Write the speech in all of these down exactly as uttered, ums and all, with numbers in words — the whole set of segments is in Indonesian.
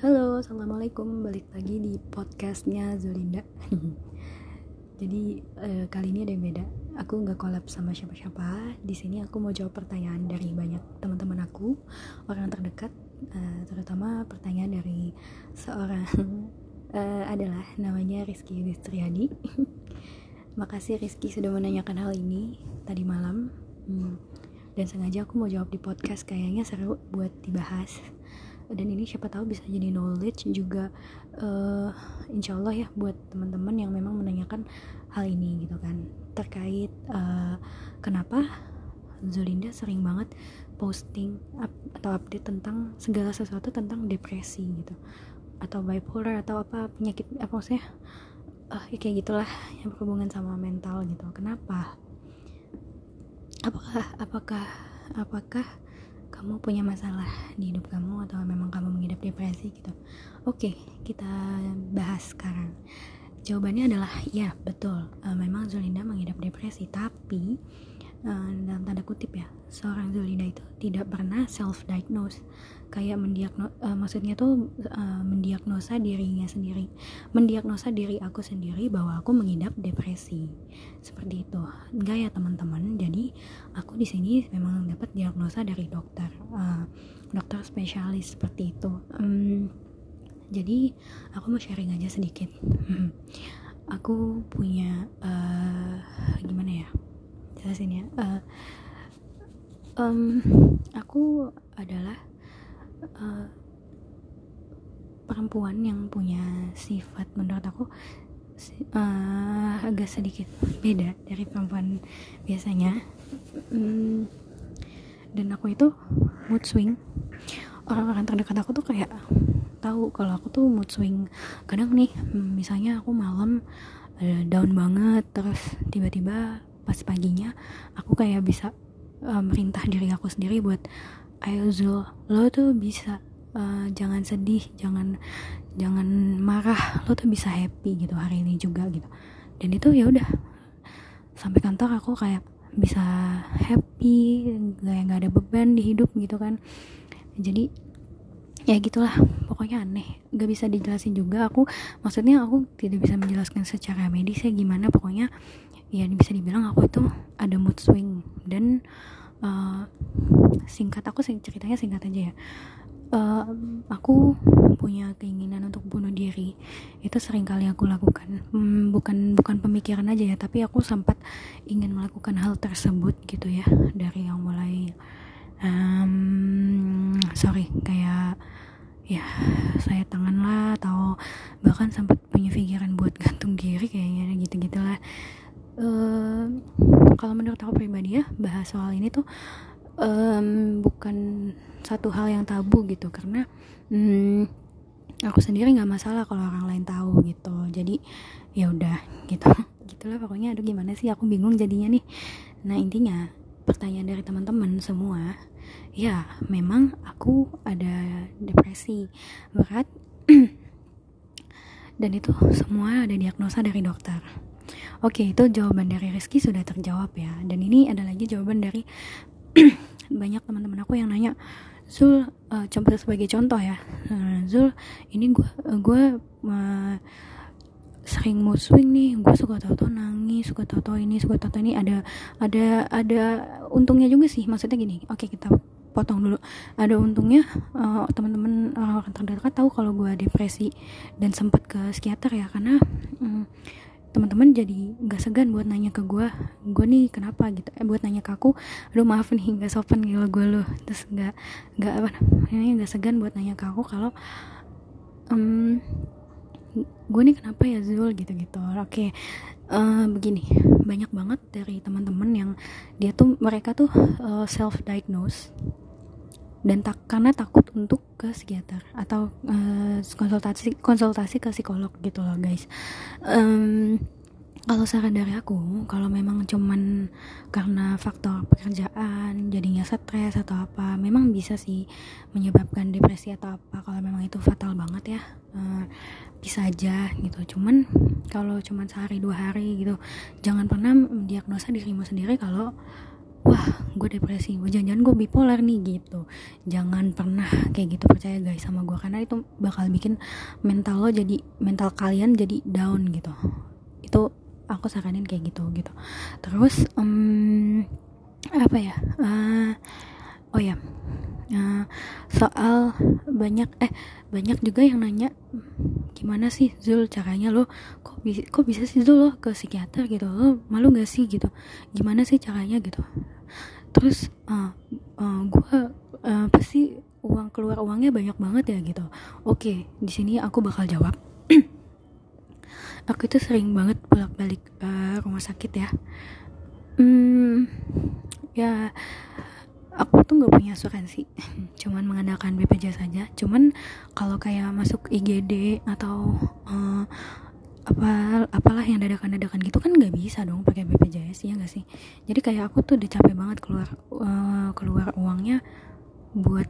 Halo, assalamualaikum. Balik lagi di podcastnya Zulinda. Jadi eh, kali ini ada yang beda. Aku nggak collab sama siapa-siapa. Di sini aku mau jawab pertanyaan dari banyak teman-teman aku, orang terdekat, eh, terutama pertanyaan dari seorang eh, adalah namanya Rizky Yudistriadi. Makasih Rizky sudah menanyakan hal ini tadi malam. Hmm. Dan sengaja aku mau jawab di podcast, kayaknya seru buat dibahas. Dan ini siapa tahu bisa jadi knowledge juga, uh, insya Allah ya, buat teman-teman yang memang menanyakan hal ini gitu kan, terkait uh, kenapa Zulinda sering banget posting up, atau update tentang segala sesuatu tentang depresi gitu, atau bipolar atau apa penyakit apa maksudnya, uh, ya kayak gitulah yang berhubungan sama mental gitu. Kenapa? Apakah apakah apakah kamu punya masalah di hidup kamu atau memang kamu mengidap depresi gitu? Oke, kita bahas sekarang. Jawabannya adalah ya, betul. Uh, memang Zulinda mengidap depresi, tapi uh, dalam tanda kutip ya, seorang Zulinda itu tidak pernah self-diagnose. Kayak mendiagnosa, uh, maksudnya tuh uh, mendiagnosa dirinya sendiri, mendiagnosa diri aku sendiri bahwa aku mengidap depresi. Seperti itu. Enggak ya teman-teman. Jadi aku di sini memang dapat diagnosa dari dokter, uh, dokter spesialis seperti itu. Um, jadi aku mau sharing aja sedikit. Aku punya uh, gimana ya jelasin ya. Uh, um, aku adalah uh, perempuan yang punya sifat menurut aku uh, agak sedikit beda dari perempuan biasanya. Um, dan aku itu mood swing. Orang-orang terdekat aku tuh kayak tahu kalau aku tuh mood swing. Kadang nih, misalnya aku malam uh, down banget, terus tiba-tiba pas paginya aku kayak bisa uh, merintah diri aku sendiri buat, ayo Zul, lo tuh bisa, uh, jangan sedih, jangan jangan marah, lo tuh bisa happy gitu hari ini juga gitu. Dan itu ya udah, sampai kantor aku kayak bisa happy, kayak nggak ada beban di hidup gitu kan. Jadi ya gitulah, pokoknya aneh, gak bisa dijelasin juga. Aku maksudnya aku tidak bisa menjelaskan secara medis ya gimana, pokoknya ya bisa dibilang aku itu ada mood swing. Dan uh, singkat, aku sing, ceritanya singkat aja ya. Uh, aku punya keinginan untuk bunuh diri. Itu sering kali aku lakukan. Hmm, bukan bukan pemikiran aja ya, tapi aku sempat ingin melakukan hal tersebut gitu ya. Dari yang mulai um, sorry kayak ya saya tangan lah, atau bahkan sempat punya pikiran buat gantung diri kayaknya gitu-gitulah. Uh, kalau menurut aku pribadi ya, bahas soal ini tuh um, bukan satu hal yang tabu gitu, karena um, aku sendiri nggak masalah kalau orang lain tahu gitu. Jadi ya udah gitu gitulah pokoknya. Aduh gimana sih, aku bingung jadinya nih. Nah intinya pertanyaan dari teman-teman semua, ya memang aku ada depresi berat dan itu semua ada diagnosa dari dokter. Oke, itu jawaban dari Rizky sudah terjawab ya. Dan ini ada lagi jawaban dari banyak teman-teman aku yang nanya, Zul, uh, coba sebagai contoh ya, uh, Zul, ini gue gue uh, sering mood swing nih, gue suka tau-tau nangis, suka tau-tau ini, suka tau-tau ini. Ada ada ada untungnya juga sih, maksudnya gini. Oke, kita potong dulu. Ada untungnya, uh, teman-teman orang-orang terdekat tahu kalau gue depresi dan sempat ke psikiater ya, karena um, teman-teman jadi nggak segan buat nanya ke gue, gue nih kenapa gitu, eh buat nanya ke aku, aduh maaf nih nggak sopan gitu gue loh, terus nggak nggak apa namanya nggak segan buat nanya ke aku kalau um, gue nih kenapa ya Zul gitu-gitu. Oke, uh, begini, banyak banget dari teman-teman yang dia tuh mereka tuh uh, self diagnose dan tak karena takut untuk ke psikiater atau uh, konsultasi konsultasi ke psikolog gitu loh guys. Um, kalau saran dari aku, kalau memang cuman karena faktor pekerjaan jadinya stres atau apa, memang bisa sih menyebabkan depresi atau apa. Kalau memang itu fatal banget ya, uh, bisa aja gitu. Cuman kalau cuman sehari dua hari gitu, jangan pernah mendiagnosa dirimu sendiri kalau wah wah gue depresi, gue jangan-jangan gue bipolar nih gitu. Jangan pernah kayak gitu, percaya guys sama gue, karena itu bakal bikin mental lo jadi, mental kalian jadi down gitu. Itu aku saranin kayak gitu gitu. Terus um, apa ya uh, oh ya uh, soal banyak eh banyak juga yang nanya, gimana sih Zul caranya lo kok bisa kok bisa sih Zul lo ke psikiater gitu, lo malu gak sih gitu, gimana sih caranya gitu. Terus uh, uh, gue uh, pasti uang keluar uangnya banyak banget ya gitu. Oke, di sini aku bakal jawab. Aku itu sering banget bolak-balik uh, rumah sakit ya. Hmm, ya aku tuh nggak punya asuransi, cuman mengandalkan B P J S saja. Cuman kalau kayak masuk I G D atau uh, apa apalah yang dadakan-dadakan gitu kan nggak bisa dong pakai B P J S, ya nggak sih. Jadi kayak aku tuh udah capek banget keluar uh, keluar uangnya buat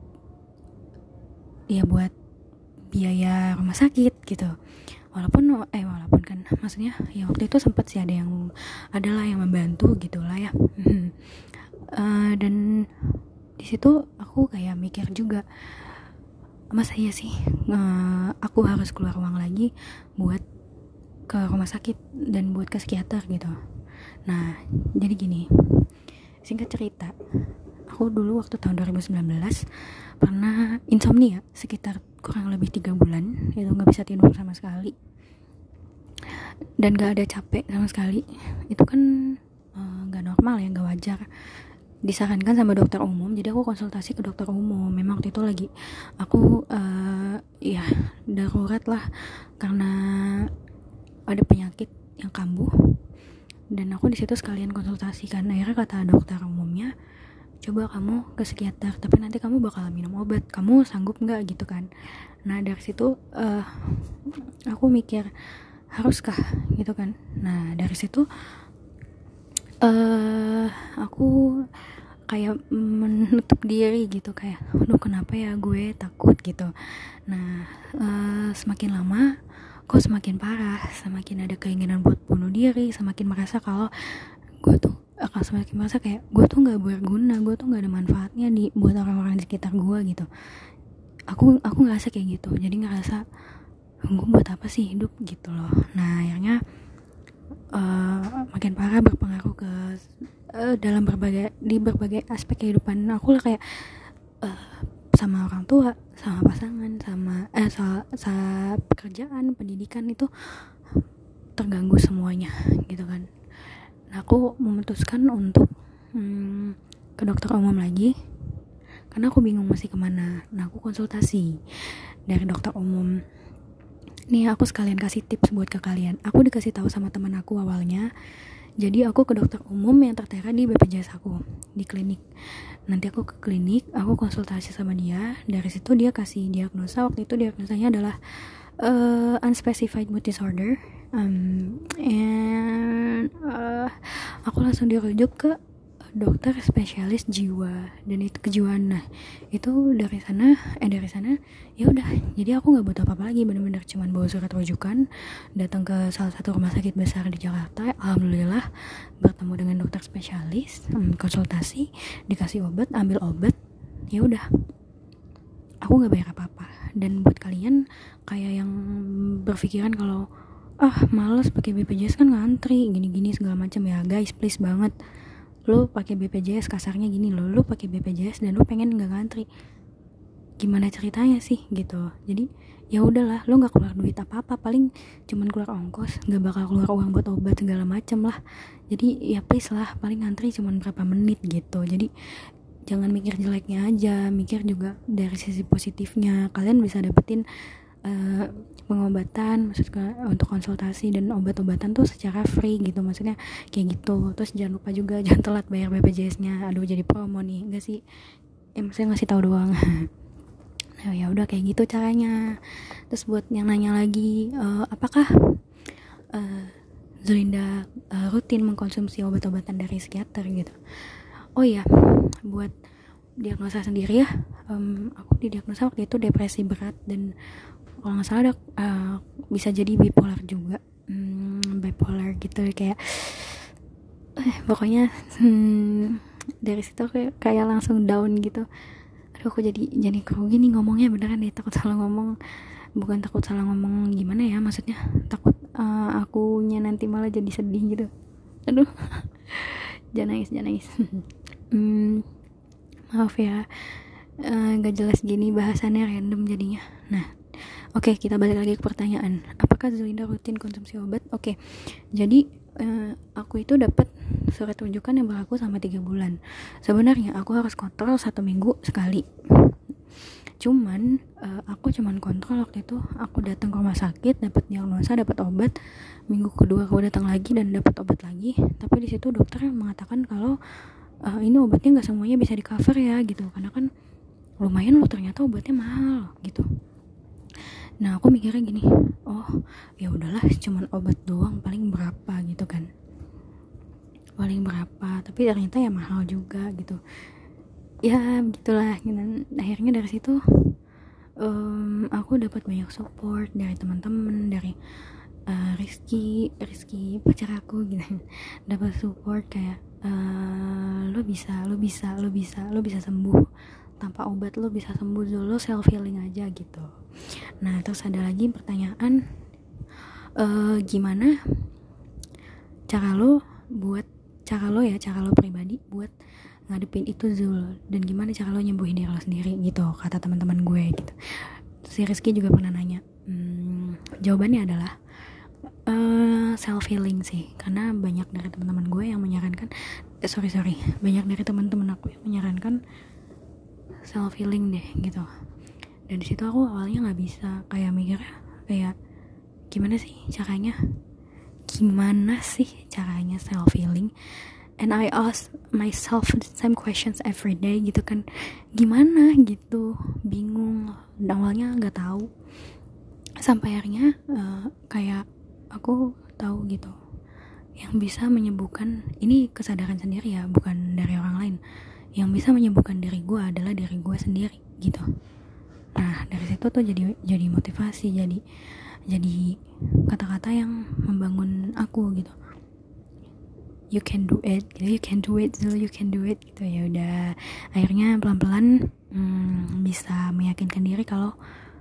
ya buat biaya rumah sakit gitu. Walaupun eh walaupun kan maksudnya ya waktu itu sempat sih ada yang adalah yang membantu gitulah ya. Uh, dan di situ aku kayak mikir juga, masa iya sih uh, aku harus keluar uang lagi buat ke rumah sakit dan buat ke psikiater gitu. Nah jadi gini, singkat cerita, aku dulu waktu tahun dua ribu sembilan belas pernah insomnia sekitar kurang lebih tiga bulan, itu gak bisa tidur sama sekali dan gak ada capek sama sekali. Itu kan uh, gak normal ya, gak wajar. Disarankan sama dokter umum, jadi aku konsultasi ke dokter umum. Memang waktu itu lagi aku uh, ya darurat lah karena ada penyakit yang kambuh, dan aku di situ sekalian konsultasi kan. Akhirnya kata dokter umumnya, coba kamu ke psikiater, tapi nanti kamu bakal minum obat, kamu sanggup nggak gitu kan. Nah dari situ uh, aku mikir haruskah gitu kan. Nah dari situ uh, aku kayak menutup diri gitu, kayak aduh kenapa ya gue takut gitu. Nah uh, semakin lama kok semakin parah, semakin ada keinginan buat bunuh diri, semakin merasa kalau gue tuh akan semakin merasa kayak gue tuh nggak berguna, gue tuh nggak ada manfaatnya di buat orang-orang di sekitar gue gitu. Aku aku ngerasa kayak gitu, jadi ngerasa gue buat apa sih hidup gitu loh. Nah akhirnya uh, makin parah, berpengaruh ke uh, dalam berbagai di berbagai aspek kehidupan aku lah, kayak uh, sama orang tua, sama pasangan, sama eh sama, sama pekerjaan, pendidikan, itu terganggu semuanya gitu kan. Nah aku memutuskan untuk hmm, ke dokter umum lagi karena aku bingung masih kemana. Nah aku konsultasi dari dokter umum. Nih aku sekalian kasih tips buat ke kalian. Aku dikasih tahu sama teman aku awalnya. Jadi aku ke dokter umum yang tertera di B P J S aku, di klinik. Nanti aku ke klinik, aku konsultasi sama dia. Dari situ dia kasih diagnosa. Waktu itu diagnosanya adalah uh, unspecified mood disorder. Um, and uh, aku langsung dirujuk ke dokter spesialis jiwa dan itu kejiwaan. Nah itu dari sana eh dari sana ya udah, jadi aku nggak butuh apa-apa lagi, benar-benar cuman bawa surat rujukan, datang ke salah satu rumah sakit besar di Jakarta. Alhamdulillah bertemu dengan dokter spesialis, hmm, konsultasi, dikasih obat, ambil obat, ya udah aku nggak bayar apa-apa. Dan buat kalian kayak yang berpikiran kalau ah males pakai B P J S kan ngantri gini-gini segala macam, ya guys please banget, lo pakai B P J S kasarnya gini lo, lo pakai B P J S dan lo pengen nggak ngantri, gimana ceritanya sih gitu. Jadi ya udahlah, lo nggak keluar duit apa apa, paling cuman keluar ongkos, nggak bakal keluar uang buat obat segala macem lah. Jadi ya please lah, paling ngantri cuman berapa menit gitu. Jadi jangan mikir jeleknya aja, mikir juga dari sisi positifnya. Kalian bisa dapetin uh, pengobatan, maksudnya untuk konsultasi dan obat-obatan tuh secara free gitu, maksudnya kayak gitu. Terus jangan lupa juga jangan telat bayar B P J S-nya. Aduh jadi promo nih, enggak sih? Ya maksudnya ngasih tahu doang. Nah ya udah kayak gitu caranya. Terus buat yang nanya lagi, uh, apakah uh, Zulinda uh, rutin mengkonsumsi obat-obatan dari psikiater gitu? Oh iya, buat diagnosa sendiri ya, um, aku didiagnosa waktu itu depresi berat dan kalau nggak salah ada, uh, bisa jadi bipolar juga, hmm, bipolar gitu kayak, eh, pokoknya hmm, dari situ kayak, kayak langsung down gitu. Aduh aku jadi jadi grogi nih ngomongnya, beneran deh, takut salah ngomong. Bukan takut salah ngomong gimana ya, maksudnya takut uh, akunya nanti malah jadi sedih gitu. Aduh jangan nangis jangan nangis hmm, maaf ya, uh, gak jelas gini bahasannya, random jadinya. Nah oke, okay, kita balik lagi ke pertanyaan, apakah Zulinda rutin konsumsi obat? Oke, okay, jadi uh, aku itu dapat surat rujukan yang berlaku selama tiga bulan. Sebenarnya aku harus kontrol satu minggu sekali. Cuman uh, aku cuman kontrol waktu itu, aku datang ke rumah sakit, dapat diagnosa, dapat obat. Minggu kedua aku datang lagi dan dapat obat lagi. Tapi di situ dokter mengatakan kalau uh, ini obatnya nggak semuanya bisa di cover ya gitu, karena kan lumayan loh ternyata obatnya mahal gitu. Nah aku mikirnya gini, oh ya udahlah, cuman obat doang, paling berapa gitu kan, paling berapa, tapi ternyata ya mahal juga gitu. Ya begitulah. Dan akhirnya dari situ um, aku dapat banyak support dari teman-teman, dari uh, Rizky, Rizky pacar aku gitu. Dapat support kayak uh, lo bisa, lo bisa, lo bisa, lo bisa sembuh tanpa obat, lo bisa sembuh, lo self healing aja gitu. Nah terus ada lagi pertanyaan, uh, gimana cara lo buat cara lo ya cara lo pribadi buat ngadepin itu Zul, dan gimana cara lo nyembuhin diri lo sendiri gitu, kata teman-teman gue gitu. Si Rizky juga pernah nanya. hmm, jawabannya adalah uh, self healing sih, karena banyak dari teman-teman gue yang menyarankan eh, sorry sorry banyak dari teman-teman aku yang menyarankan self healing deh gitu. Dan di situ aku awalnya nggak bisa, kayak mikir kayak gimana sih caranya gimana sih caranya self healing, and I ask myself the same questions every day gitu kan, gimana gitu, bingung. Dan awalnya nggak tahu, sampai akhirnya uh, kayak aku tahu gitu, yang bisa menyembuhkan ini kesadaran sendiri ya, bukan dari orang lain. Yang bisa menyembuhkan diri gue adalah diri gue sendiri gitu. Nah dari situ tuh jadi jadi motivasi, jadi jadi kata-kata yang membangun aku gitu. You can do it, gitu. You can do it, Zul, you can do it gitu. Ya udah, akhirnya pelan-pelan hmm, bisa meyakinkan diri kalau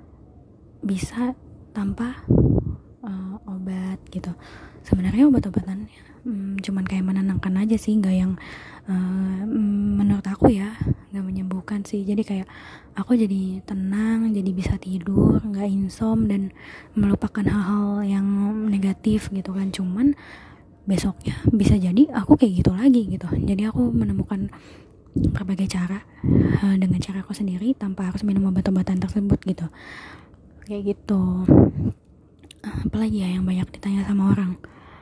bisa tanpa uh, obat gitu. Sebenarnya obat-obatan hmm, cuman kayak menenangkan aja sih, nggak yang uh, menurut aku ya nggak menyembuhkan sih. Jadi kayak aku jadi tenang, jadi bisa tidur, nggak insom dan melupakan hal-hal yang negatif gitu kan. Cuman besoknya bisa jadi aku kayak gitu lagi gitu. Jadi aku menemukan berbagai cara uh, dengan cara aku sendiri tanpa harus minum obat-obatan tersebut gitu. Kayak gitu. Apalagi ya yang banyak ditanya sama orang.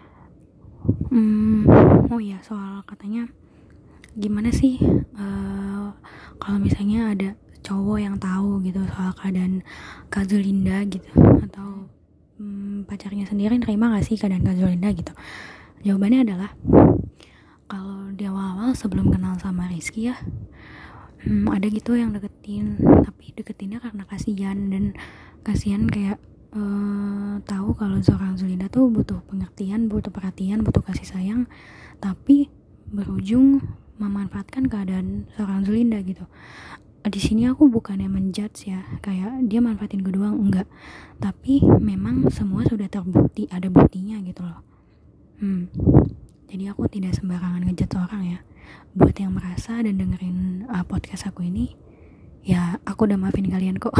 Hmm, oh iya, soal katanya gimana sih uh, kalau misalnya ada cowok yang tahu gitu soal keadaan Kak Zulinda gitu, atau um, pacarnya sendiri nerima gak sih keadaan Kak Zulinda gitu. Jawabannya adalah kalau di awal-awal sebelum kenal sama Rizky ya, hmm, ada gitu yang deketin, tapi deketinnya karena kasihan, dan kasihan kayak Uh, tahu kalau seorang Zulinda tuh butuh pengertian, butuh perhatian, butuh kasih sayang, tapi berujung memanfaatkan keadaan seorang Zulinda gitu. Di sini aku bukannya menjudge ya, kayak dia manfaatin gue doang, enggak. Tapi memang semua sudah terbukti, ada buktinya gitu loh. Hmm. Jadi aku tidak sembarangan ngejudge orang ya. Buat yang merasa dan dengerin uh, podcast aku ini, ya aku udah maafin kalian kok.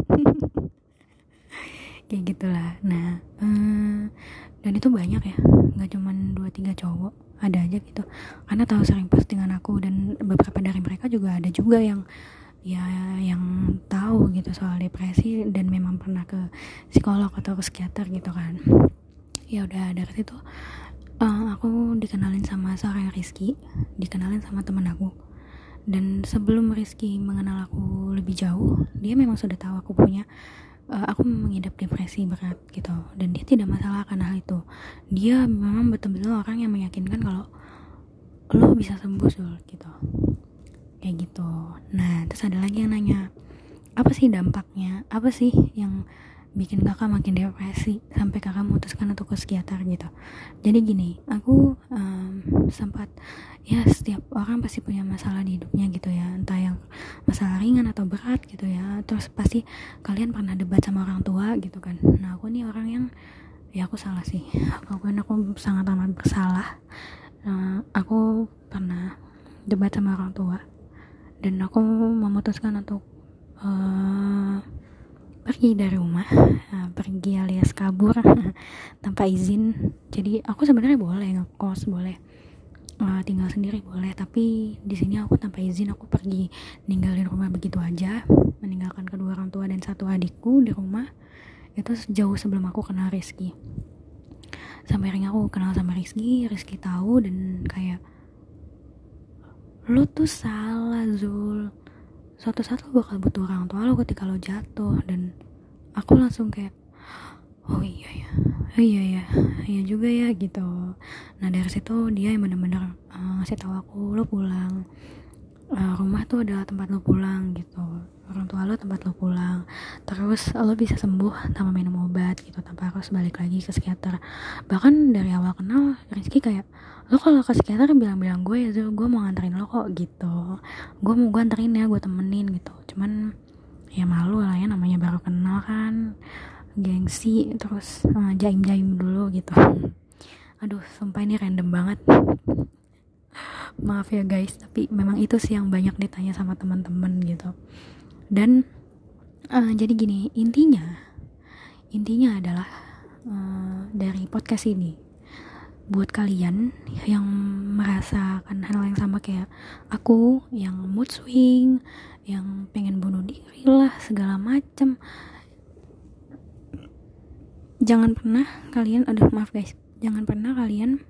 Kayak gitulah. Nah hmm, dan itu banyak ya, nggak cuman dua tiga cowok, ada aja gitu, karena tahu sering postingan aku, dan beberapa dari mereka juga ada juga yang ya yang tahu gitu soal depresi dan memang pernah ke psikolog atau ke psikiater gitu kan. Ya udah, dari situ uh, aku dikenalin sama seorang Rizky, dikenalin sama teman aku. Dan sebelum Rizky mengenal aku lebih jauh, dia memang sudah tahu aku punya Uh, aku mengidap depresi berat gitu, dan dia tidak masalah karena hal itu. Dia memang betul-betul orang yang meyakinkan kalau lo bisa sembuh Zul gitu, kayak gitu. Nah terus ada lagi yang nanya, apa sih dampaknya, apa sih yang bikin kakak makin depresi sampai kakak memutuskan untuk ke psikiater gitu. Jadi gini, aku um, sempat, ya setiap orang pasti punya masalah di hidupnya gitu ya, entah yang masalah ringan atau berat gitu ya. Terus pasti kalian pernah debat sama orang tua gitu kan. Nah aku nih orang yang, ya aku salah sih, aku kan aku sangat amat bersalah. Uh, aku pernah debat sama orang tua dan aku memutuskan untuk uh, pergi dari rumah, uh, pergi alias kabur tanpa izin. Jadi aku sebenarnya boleh ngekos, boleh uh, tinggal sendiri boleh, tapi di sini aku tanpa izin, aku pergi ninggalin rumah begitu aja, meninggalkan kedua orang tua dan satu adikku di rumah. Itu jauh sebelum aku kenal Rizky. Sampai akhirnya aku kenal sama Rizky, Rizky tahu dan kayak, lo tuh salah Zul, suatu saat lo bakal butuh orang tua lo ketika lo jatuh. Dan aku langsung kayak, oh iya ya, oh iya ya, iya juga ya gitu. Nah dari situ dia yang benar-benar uh, ngasih tahu aku, lo pulang, uh, rumah tuh adalah tempat lo pulang gitu, orang tua lo tempat lo pulang, terus lo bisa sembuh tanpa minum obat gitu, tanpa harus balik lagi ke psikiater. Bahkan dari awal kenal Rizky kayak, lo kalau ke psikiater bilang-bilang gue ya Zul, gue mau nganterin lo kok gitu, gue mau gue anterin ya, gue temenin gitu. Cuman ya malu lah ya, namanya baru kenal kan, gengsi, terus uh, jaim-jaim dulu gitu. Aduh sumpah ini random banget, maaf ya guys, tapi memang itu sih yang banyak ditanya sama teman-teman gitu. Dan uh, jadi gini, intinya intinya adalah uh, dari podcast ini, buat kalian yang merasakan hal yang sama kayak aku, yang mood swing, yang pengen bunuh diri lah segala macem, jangan pernah kalian, aduh maaf guys, jangan pernah kalian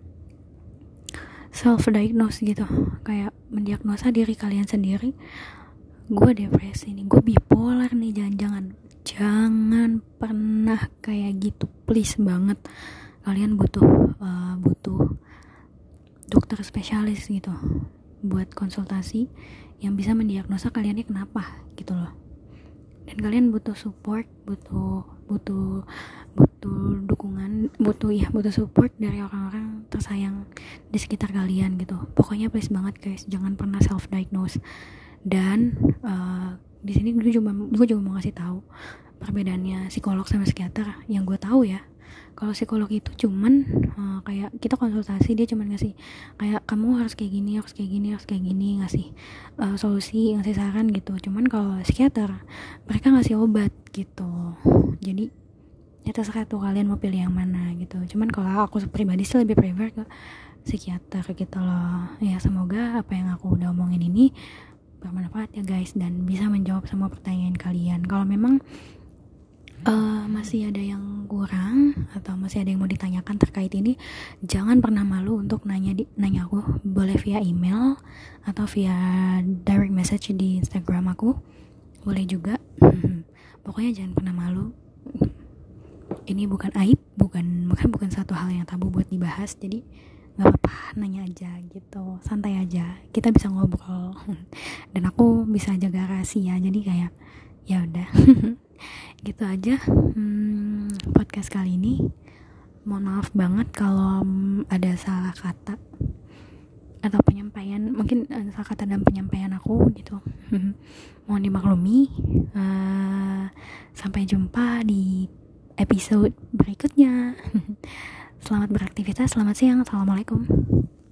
self diagnose gitu, kayak mendiagnosa diri kalian sendiri, gue depresi nih, gue bipolar nih, jangan-jangan jangan pernah kayak gitu, please banget. Kalian butuh uh, butuh dokter spesialis gitu buat konsultasi yang bisa mendiagnosa kalian ini kenapa gitu loh. Dan kalian butuh support, butuh butuh butuh dukungan, butuh ya butuh support dari orang-orang tersayang di sekitar kalian gitu. Pokoknya please banget guys, jangan pernah self diagnose. Dan uh, di sini gue juga gue juga mau ngasih tahu perbedaannya psikolog sama psikiater. Yang gue tahu ya, kalau psikolog itu cuman uh, kayak kita konsultasi, dia cuman ngasih kayak kamu harus kayak gini, harus kayak gini, harus kayak gini, ngasih uh, solusi, ngasih saran gitu. Cuman kalau psikiater mereka ngasih obat gitu. Jadi ya terserah tuh kalian mau pilih yang mana gitu. Cuman kalau aku pribadi sih lebih prefer ke psikiater gitu loh. Ya semoga apa yang aku udah omongin ini bermanfaat ya guys, dan bisa menjawab semua pertanyaan kalian. Kalau memang uh, masih ada yang kurang atau masih ada yang mau ditanyakan terkait ini, jangan pernah malu untuk nanya di, nanya aku, boleh via email atau via direct message di Instagram aku, boleh juga. Pokoknya jangan pernah malu. Ini bukan aib, bukan bukan bukan satu hal yang tabu buat dibahas. Jadi nggak apa-apa, nanya aja gitu, santai aja, kita bisa ngobrol dan aku bisa jaga rahasia, jadi kayak ya udah. Gitu aja hmm, podcast kali ini. Mohon maaf banget kalau ada salah kata atau penyampaian, mungkin ada salah kata dan penyampaian aku gitu. Mohon dimaklumi. Uh, sampai jumpa di episode berikutnya. Selamat beraktivitas, selamat siang, assalamualaikum.